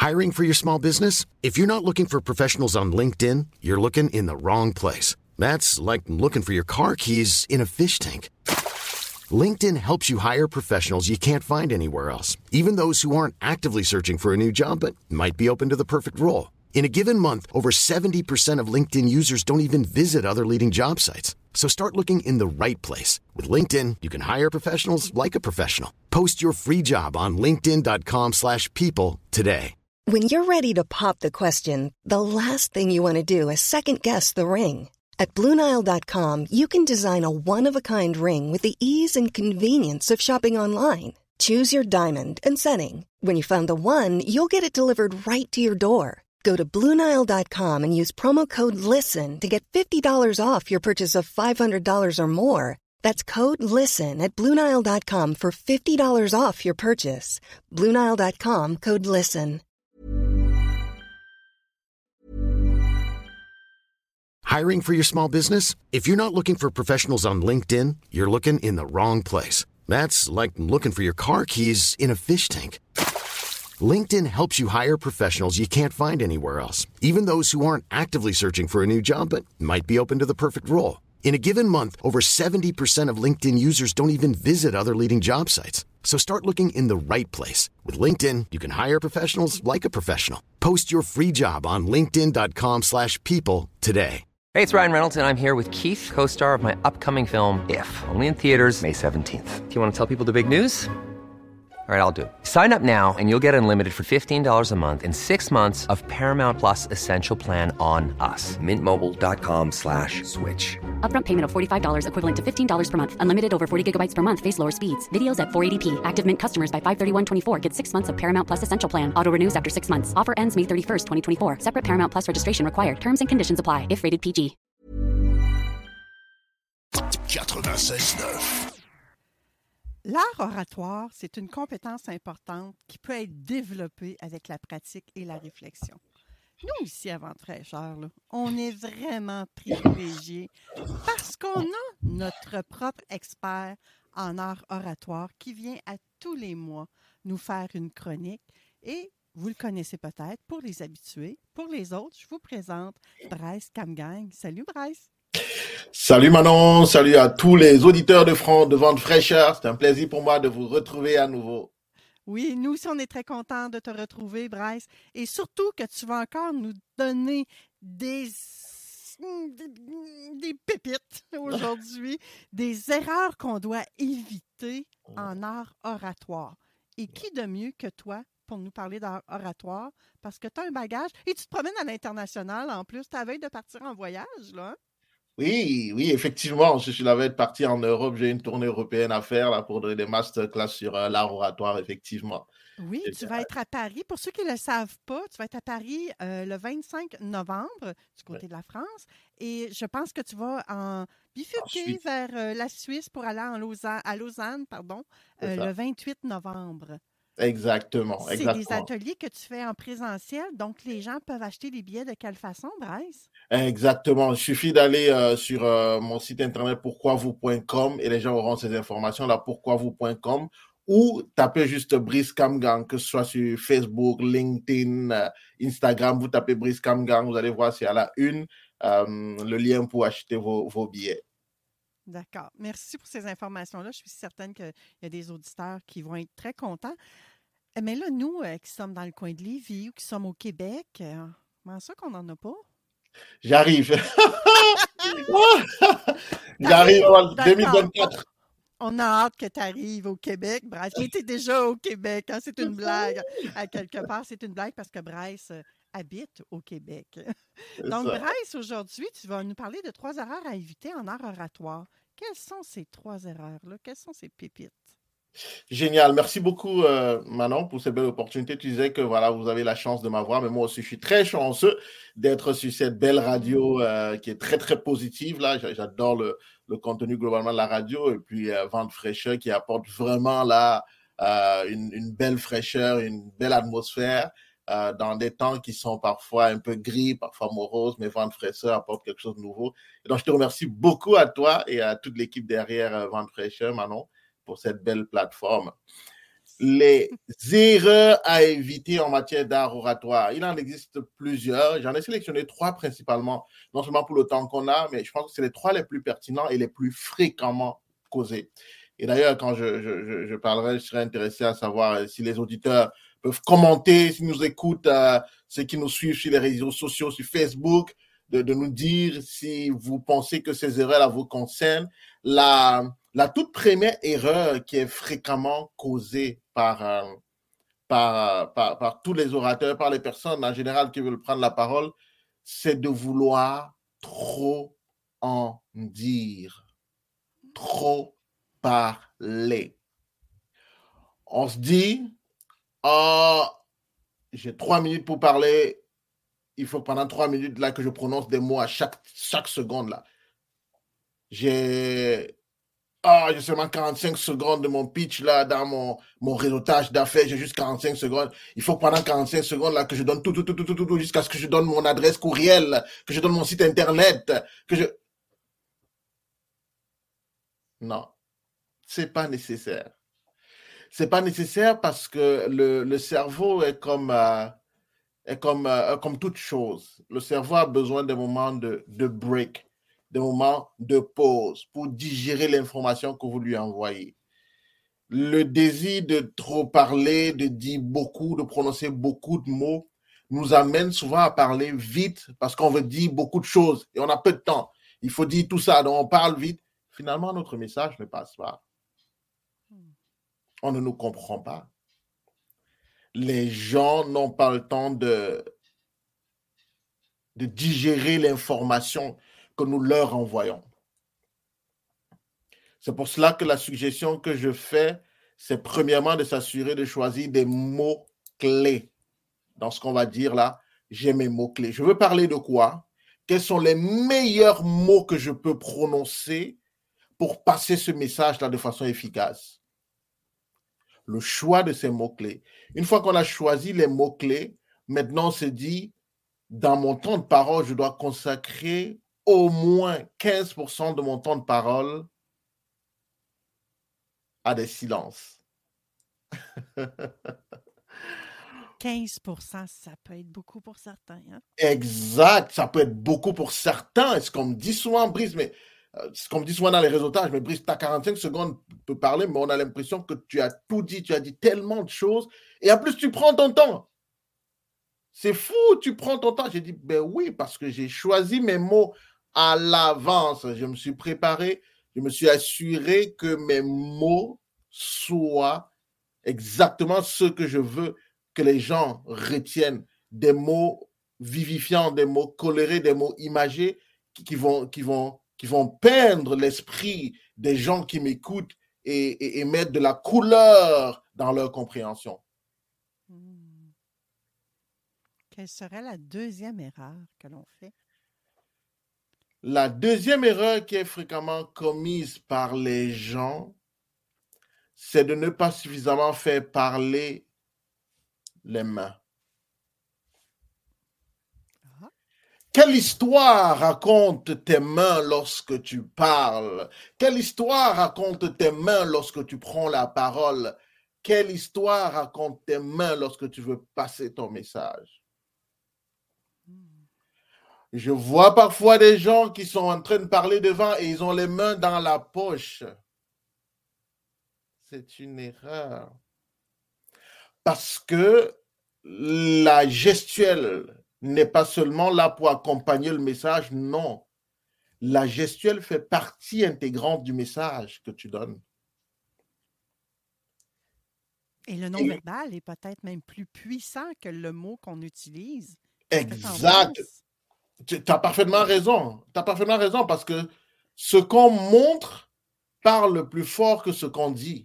Hiring for your small business? If you're not looking for professionals on LinkedIn, you're looking in the wrong place. That's like looking for your car keys in a fish tank. LinkedIn helps you hire professionals you can't find anywhere else, even those who aren't actively searching for a new job but might be open to the perfect role. In a given month, over 70% of LinkedIn users don't even visit other leading job sites. So start looking in the right place. With LinkedIn, you can hire professionals like a professional. Post your free job on linkedin.com/people today. When you're ready to pop the question, the last thing you want to do is second-guess the ring. At BlueNile.com, you can design a one-of-a-kind ring with the ease and convenience of shopping online. Choose your diamond and setting. When you find the one, you'll get it delivered right to your door. Go to BlueNile.com and use promo code LISTEN to get $50 off your purchase of $500 or more. That's code LISTEN at BlueNile.com for $50 off your purchase. BlueNile.com, code LISTEN. Hiring for your small business? If you're not looking for professionals on LinkedIn, you're looking in the wrong place. That's like looking for your car keys in a fish tank. LinkedIn helps you hire professionals you can't find anywhere else, even those who aren't actively searching for a new job but might be open to the perfect role. In a given month, over 70% of LinkedIn users don't even visit other leading job sites. So start looking in the right place. With LinkedIn, you can hire professionals like a professional. Post your free job on linkedin.com/people today. Hey, it's Ryan Reynolds, and I'm here with Keith, co-star of my upcoming film, If, only in theaters May 17th. Do you want to tell people the big news? All right, I'll do it. Sign up now and you'll get unlimited for $15 a month and 6 months of Paramount Plus Essential Plan on us. MintMobile.com/switch. Upfront payment of $45 equivalent to $15 per month. Unlimited over 40 gigabytes per month. Face lower speeds. Videos at 480p. Active Mint customers by 531.24 get 6 months of Paramount Plus Essential Plan. Auto renews after 6 months. Offer ends May 31st, 2024. Separate Paramount Plus registration required. Terms and conditions apply if rated PG. 96.9. L'art oratoire, c'est une compétence importante qui peut être développée avec la pratique et la réflexion. Nous, ici, à Vente fraîcheur, là, on est vraiment privilégiés parce qu'on a notre propre expert en art oratoire qui vient à tous les mois nous faire une chronique. Et vous le connaissez peut-être pour les habitués. Pour les autres, je vous présente Bryce Camgang. Salut, Bryce! Salut Manon, salut à tous les auditeurs de Vente fraîcheur. C'est un plaisir pour moi de vous retrouver à nouveau. Oui, nous aussi, on est très contents de te retrouver, Bryce. Et surtout que tu vas encore nous donner des pépites aujourd'hui, des erreurs qu'on doit éviter en art oratoire. Et qui de mieux que toi pour nous parler d'art oratoire? Parce que tu as un bagage et tu te promènes à l'international en plus. Tu as veille de partir en voyage, là, hein? Oui, effectivement, je suis la veille de partir en Europe. J'ai une tournée européenne à faire là, pour donner des masterclass sur l'art oratoire, effectivement. Oui, tu vas être à Paris. Pour ceux qui ne le savent pas, tu vas être à Paris le 25 novembre du côté de la France. Et je pense que tu vas en bifurquer vers la Suisse pour aller à Lausanne, le 28 novembre. Exactement. C'est des ateliers que tu fais en présentiel, donc les gens peuvent acheter des billets de quelle façon, Bryce? Exactement. Il suffit d'aller sur mon site internet pourquoivous.com et les gens auront ces informations là, pourquoivous.com, ou tapez juste Bryce Camgang, que ce soit sur Facebook, LinkedIn, Instagram, vous tapez Bryce Camgang, vous allez voir s'il y a la une, le lien pour acheter vos billets. D'accord. Merci pour ces informations-là. Je suis certaine qu'il y a des auditeurs qui vont être très contents. Mais là, nous qui sommes dans le coin de Lévis ou qui sommes au Québec, comment ça qu'on n'en a pas? J'arrive. J'arrive en 2024. On a hâte que tu arrives au Québec, Bryce. Mais tu es déjà au Québec, hein? C'est une blague. À quelque part, c'est une blague parce que Bryce habite au Québec. Donc, Bryce, aujourd'hui, tu vas nous parler de 3 erreurs à éviter en art oratoire. Quelles sont ces 3 erreurs-là? Quelles sont ces pépites? Génial. Merci beaucoup, Manon, pour cette belle opportunité. Tu disais que voilà, vous avez la chance de m'avoir, mais moi aussi, je suis très chanceux d'être sur cette belle radio qui est très, très positive. Là, j'adore le contenu globalement de la radio, et puis Vente fraîcheur qui apporte vraiment là une belle fraîcheur, une belle atmosphère dans des temps qui sont parfois un peu gris, parfois moroses, mais Vente fraîcheur apporte quelque chose de nouveau. Et donc, je te remercie beaucoup à toi et à toute l'équipe derrière Vente fraîcheur, Manon, pour cette belle plateforme. les erreurs à éviter en matière d'art oratoire. Il en existe plusieurs. J'en ai sélectionné 3 principalement, non seulement pour le temps qu'on a, mais je pense que c'est les 3 les plus pertinents et les plus fréquemment causés. Et d'ailleurs, quand je parlerai, je serais intéressé à savoir si les auditeurs peuvent commenter, s'ils nous écoutent, ceux qui nous suivent sur les réseaux sociaux, sur Facebook, de nous dire si vous pensez que ces erreurs-là vous concernent. La toute première erreur qui est fréquemment causée par tous les orateurs, par les personnes en général qui veulent prendre la parole, c'est de vouloir trop en dire, trop parler. On se dit, j'ai 3 minutes pour parler, il faut pendant 3 minutes là que je prononce des mots à chaque seconde là. J'ai seulement 45 secondes de mon pitch là dans mon réseautage d'affaires, j'ai juste 45 secondes. Il faut que pendant 45 secondes là que je donne tout jusqu'à ce que je donne mon adresse courriel, que je donne mon site internet, Non, c'est pas nécessaire. C'est pas nécessaire parce que le cerveau est comme toute chose. Le cerveau a besoin des moments de break, des moments de pause pour digérer l'information que vous lui envoyez. Le désir de trop parler, de dire beaucoup, de prononcer beaucoup de mots, nous amène souvent à parler vite parce qu'on veut dire beaucoup de choses et on a peu de temps. Il faut dire tout ça, donc on parle vite. Finalement, notre message ne passe pas. On ne nous comprend pas. Les gens n'ont pas le temps de digérer l'information que nous leur envoyons. C'est pour cela que la suggestion que je fais, c'est premièrement de s'assurer de choisir des mots clés. Dans ce qu'on va dire là, j'ai mes mots clés. Je veux parler de quoi? Quels sont les meilleurs mots que je peux prononcer pour passer ce message-là de façon efficace? Le choix de ces mots-clés. Une fois qu'on a choisi les mots-clés, maintenant on se dit, dans mon temps de parole, je dois consacrer au moins 15% de mon temps de parole à des silences. 15%, ça peut être beaucoup pour certains. Hein? Exact, ça peut être beaucoup pour certains. Ce qu'on me dit souvent, Brice, mais ce qu'on me dit souvent dans les réseautages, mais Brice, tu as 45 secondes pour parler, mais on a l'impression que tu as tout dit, tu as dit tellement de choses, et en plus, tu prends ton temps. C'est fou, tu prends ton temps. J'ai dit, ben oui, parce que j'ai choisi mes mots à l'avance. Je me suis préparé, je me suis assuré que mes mots soient exactement ce que je veux que les gens retiennent. Des mots vivifiants, des mots colorés, des mots imagés qui vont peindre l'esprit des gens qui m'écoutent et mettre de la couleur dans leur compréhension. Quelle serait la deuxième erreur que l'on fait? La deuxième erreur qui est fréquemment commise par les gens, c'est de ne pas suffisamment faire parler les mains. Quelle histoire racontent tes mains lorsque tu parles? Quelle histoire racontent tes mains lorsque tu prends la parole? Quelle histoire racontent tes mains lorsque tu veux passer ton message? Je vois parfois des gens qui sont en train de parler devant et ils ont les mains dans la poche. C'est une erreur. Parce que la gestuelle n'est pas seulement là pour accompagner le message, non. La gestuelle fait partie intégrante du message que tu donnes. Et le non-verbal est peut-être même plus puissant que le mot qu'on utilise. Exact. Tu as parfaitement raison. Tu as parfaitement raison parce que ce qu'on montre parle plus fort que ce qu'on dit.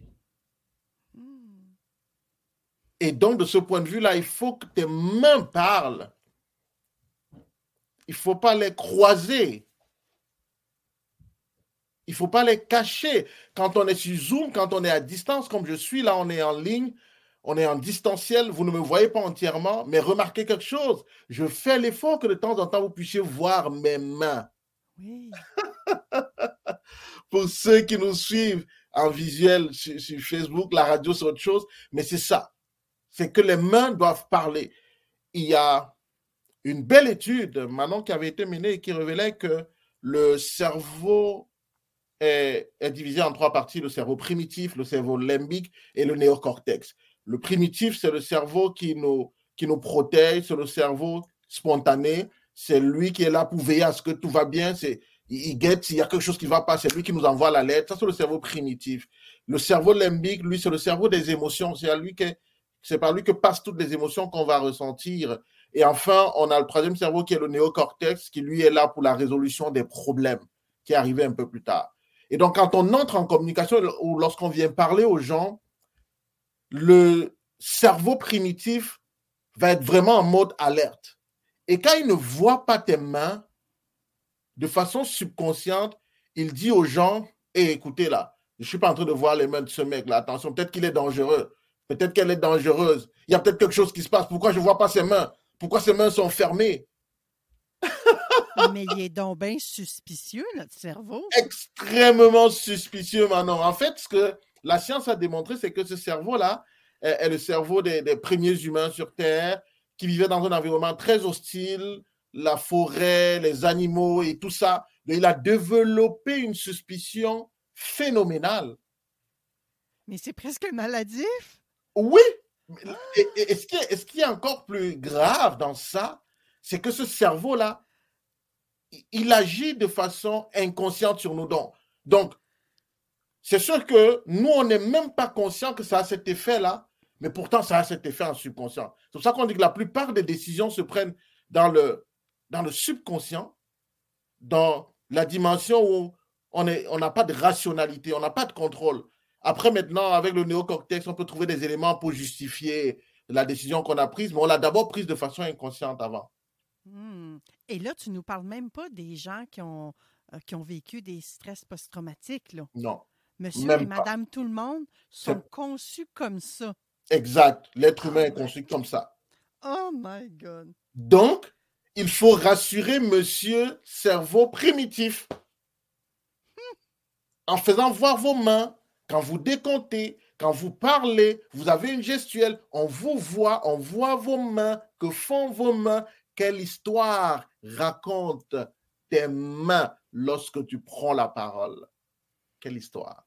Et donc, de ce point de vue-là, il faut que tes mains parlent. Il ne faut pas les croiser. Il ne faut pas les cacher. Quand on est sur Zoom, quand on est à distance, comme je suis, là, on est en ligne, on est en distanciel, vous ne me voyez pas entièrement, mais remarquez quelque chose. Je fais l'effort que de temps en temps, vous puissiez voir mes mains. Oui. Pour ceux qui nous suivent en visuel sur Facebook, la radio, c'est autre chose, mais c'est ça. C'est que les mains doivent parler. Il y a une belle étude, Manon, qui avait été menée et qui révélait que le cerveau est divisé en 3 parties, le cerveau primitif, le cerveau limbique et le néocortex. Le primitif, c'est le cerveau qui nous protège, c'est le cerveau spontané, c'est lui qui est là pour veiller à ce que tout va bien, il guette s'il y a quelque chose qui ne va pas, c'est lui qui nous envoie l'alerte, ça c'est le cerveau primitif. Le cerveau limbique, lui, c'est le cerveau des émotions, c'est par lui que passent toutes les émotions qu'on va ressentir. Et enfin, on a le 3e cerveau qui est le néocortex, qui lui est là pour la résolution des problèmes, qui est arrivé un peu plus tard. Et donc, quand on entre en communication ou lorsqu'on vient parler aux gens, le cerveau primitif va être vraiment en mode alerte. Et quand il ne voit pas tes mains, de façon subconsciente, il dit aux gens, écoutez là, je ne suis pas en train de voir les mains de ce mec-là, attention, peut-être qu'il est dangereux, peut-être qu'elle est dangereuse, il y a peut-être quelque chose qui se passe, pourquoi je ne vois pas ses mains? Pourquoi ses mains sont fermées? Mais il est donc bien suspicieux, notre cerveau. Extrêmement suspicieux, Manon. En fait, ce que la science a démontré, c'est que ce cerveau-là est le cerveau des premiers humains sur Terre qui vivaient dans un environnement très hostile, la forêt, les animaux et tout ça. Il a développé une suspicion phénoménale. Mais c'est presque maladif. Oui. Et ce qui est encore plus grave dans ça, c'est que ce cerveau-là, il agit de façon inconsciente sur nous. Donc, c'est sûr que nous, on n'est même pas conscient que ça a cet effet-là, mais pourtant, ça a cet effet en subconscient. C'est pour ça qu'on dit que la plupart des décisions se prennent dans le subconscient, dans la dimension où on n'a pas de rationalité, on n'a pas de contrôle. Après, maintenant, avec le néocortex, on peut trouver des éléments pour justifier la décision qu'on a prise, mais on l'a d'abord prise de façon inconsciente avant. Et là, tu ne nous parles même pas des gens qui ont vécu des stress post-traumatiques, là. Non. Monsieur même et pas. madame tout le monde sont conçus comme ça. Exact. L'être humain est conçu comme ça. Oh my God. Donc, il faut rassurer monsieur cerveau primitif. En faisant voir vos mains, quand vous décomptez, quand vous parlez, vous avez une gestuelle, on vous voit, on voit vos mains, que font vos mains, quelle histoire racontent tes mains lorsque tu prends la parole. Quelle histoire.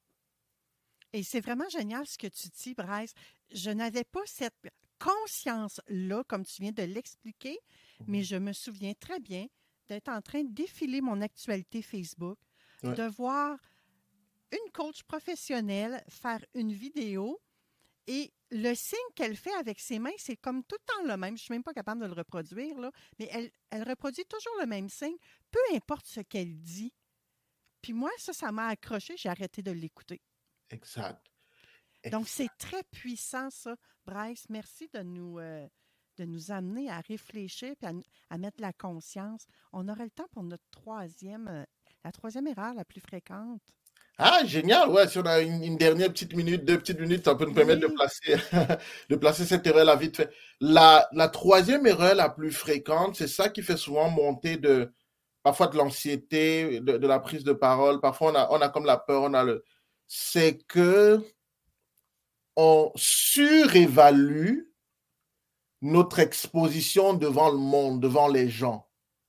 Et c'est vraiment génial ce que tu dis, Bryce. Je n'avais pas cette conscience-là, comme tu viens de l'expliquer, mais je me souviens très bien d'être en train de défiler mon actualité Facebook, de voir une coach professionnelle faire une vidéo et le signe qu'elle fait avec ses mains, c'est comme tout le temps le même. Je ne suis même pas capable de le reproduire, là, mais elle reproduit toujours le même signe, peu importe ce qu'elle dit. Puis moi, ça m'a accroché, j'ai arrêté de l'écouter. Exact. Donc, c'est très puissant, ça. Bryce, merci de nous amener à réfléchir et à mettre de la conscience. On aurait le temps pour notre la troisième erreur la plus fréquente. Ah, génial. Ouais, si on a une dernière petite minute, 2 petites minutes, ça peut nous permettre de placer cette erreur-là vite fait. La troisième erreur la plus fréquente, c'est ça qui fait souvent monter parfois de l'anxiété, de la prise de parole. Parfois, on a comme la peur, c'est que on surévalue notre exposition devant le monde, devant les gens.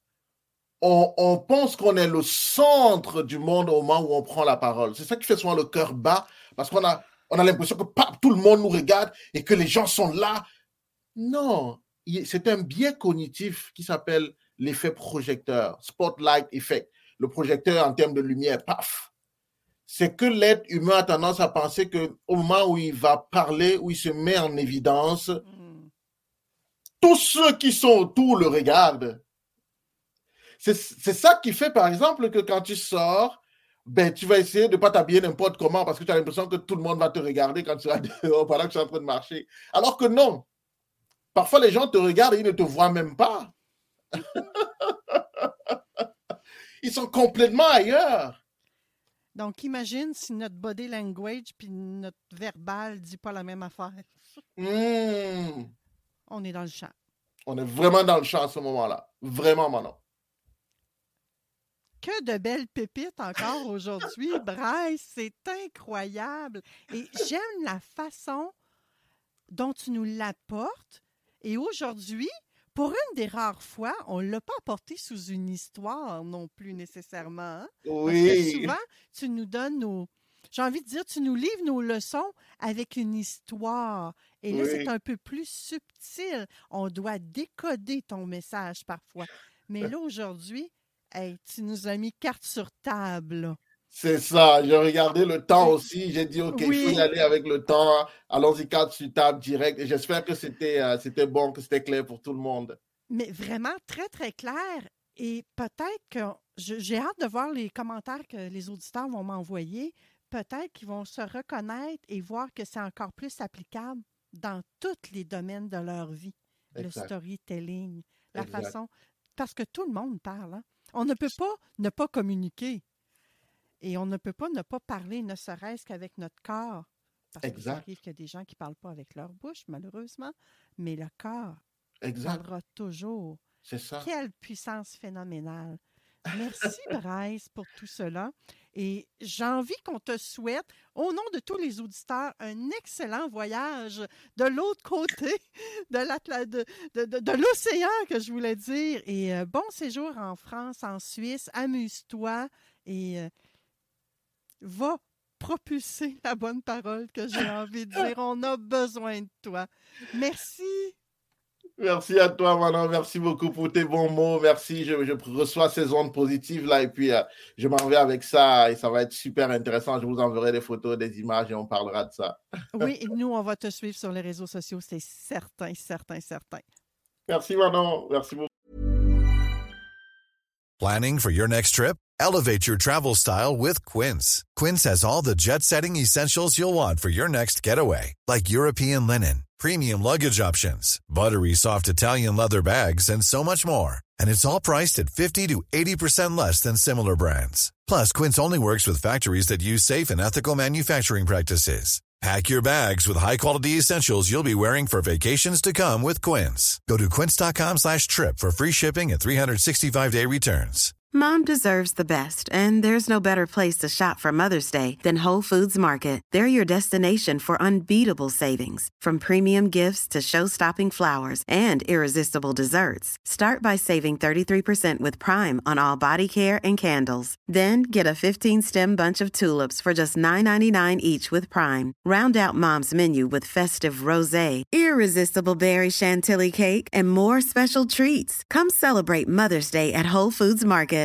On pense qu'on est le centre du monde au moment où on prend la parole. C'est ça qui fait souvent le cœur bas, parce qu'on a l'impression que tout le monde nous regarde et que les gens sont là. Non, c'est un biais cognitif qui s'appelle l'effet projecteur, spotlight effect. Le projecteur en termes de lumière, paf. C'est que l'être humain a tendance à penser qu'au moment où il va parler, où il se met en évidence, tous ceux qui sont autour le regardent. C'est ça qui fait, par exemple, que quand tu sors, tu vas essayer de ne pas t'habiller n'importe comment parce que tu as l'impression que tout le monde va te regarder quand tu vas dehors pendant que tu es en train de marcher. Alors que non. Parfois, les gens te regardent et ils ne te voient même pas. Ils sont complètement ailleurs. Donc, imagine si notre body language puis notre verbal ne dit pas la même affaire. On est dans le champ. On est vraiment dans le champ à ce moment-là. Vraiment, Manon. que de belles pépites encore aujourd'hui, Bryce. C'est incroyable. Et j'aime la façon dont tu nous l'apportes. Et aujourd'hui, pour une des rares fois, on ne l'a pas apporté sous une histoire non plus nécessairement. Hein? Oui. Parce que souvent, tu nous donnes j'ai envie de dire, tu nous livres nos leçons avec une histoire. Et là, c'est un peu plus subtil. On doit décoder ton message parfois. Mais là, aujourd'hui, hey, tu nous as mis carte sur table. Là. C'est ça. J'ai regardé le temps aussi. J'ai dit, OK, il faut y aller avec le temps. Allons-y, carte sur table direct. Et j'espère que c'était bon, que c'était clair pour tout le monde. Mais vraiment très, très clair. Et peut-être que j'ai hâte de voir les commentaires que les auditeurs vont m'envoyer. Peut-être qu'ils vont se reconnaître et voir que c'est encore plus applicable dans tous les domaines de leur vie. Exact. Le storytelling, la façon... Parce que tout le monde parle. Hein? On ne peut pas ne pas communiquer. Et on ne peut pas ne pas parler, ne serait-ce qu'avec notre corps. Parce qu'il arrive qu'il y a des gens qui ne parlent pas avec leur bouche, malheureusement. Mais le corps parlera toujours. C'est ça. Quelle puissance phénoménale. Merci, Bryce, pour tout cela. Et j'ai envie qu'on te souhaite, au nom de tous les auditeurs, un excellent voyage de l'autre côté de l'océan, que je voulais dire. Et bon séjour en France, en Suisse. Amuse-toi et va propulser la bonne parole que j'ai envie de dire. On a besoin de toi. Merci. Merci à toi, Manon. Merci beaucoup pour tes bons mots. Merci. Je reçois ces ondes positives là et puis je m'en vais avec ça et ça va être super intéressant. Je vous enverrai des photos, des images et on parlera de ça. Oui, et nous, on va te suivre sur les réseaux sociaux. C'est certain, certain, certain. Merci, Manon. Merci beaucoup. Planning for your next trip? Elevate your travel style with Quince. Quince has all the jet-setting essentials you'll want for your next getaway, like European linen, premium luggage options, buttery soft Italian leather bags, and so much more. And it's all priced at 50 to 80% less than similar brands. Plus, Quince only works with factories that use safe and ethical manufacturing practices. Pack your bags with high-quality essentials you'll be wearing for vacations to come with Quince. Go to quince.com/trip for free shipping and 365-day returns. Mom deserves the best, and there's no better place to shop for Mother's Day than Whole Foods Market. They're your destination for unbeatable savings, from premium gifts to show-stopping flowers and irresistible desserts. Start by saving 33% with Prime on all body care and candles. Then get a 15-stem bunch of tulips for just $9.99 each with Prime. Round out Mom's menu with festive rosé, irresistible berry chantilly cake, and more special treats. Come celebrate Mother's Day at Whole Foods Market.